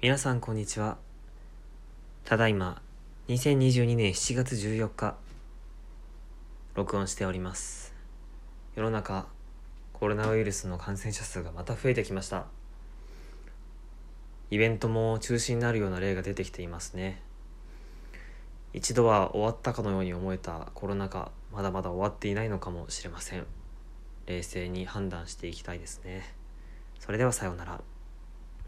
皆さんこんにちは。ただいま2022年7月14日録音しております。世の中コロナウイルスの感染者数がまた増えてきました。イベントも中止になるような例が出てきていますね。一度は終わったかのように思えたコロナ禍、まだまだ終わっていないのかもしれません。冷静に判断していきたいですね。それではさようなら。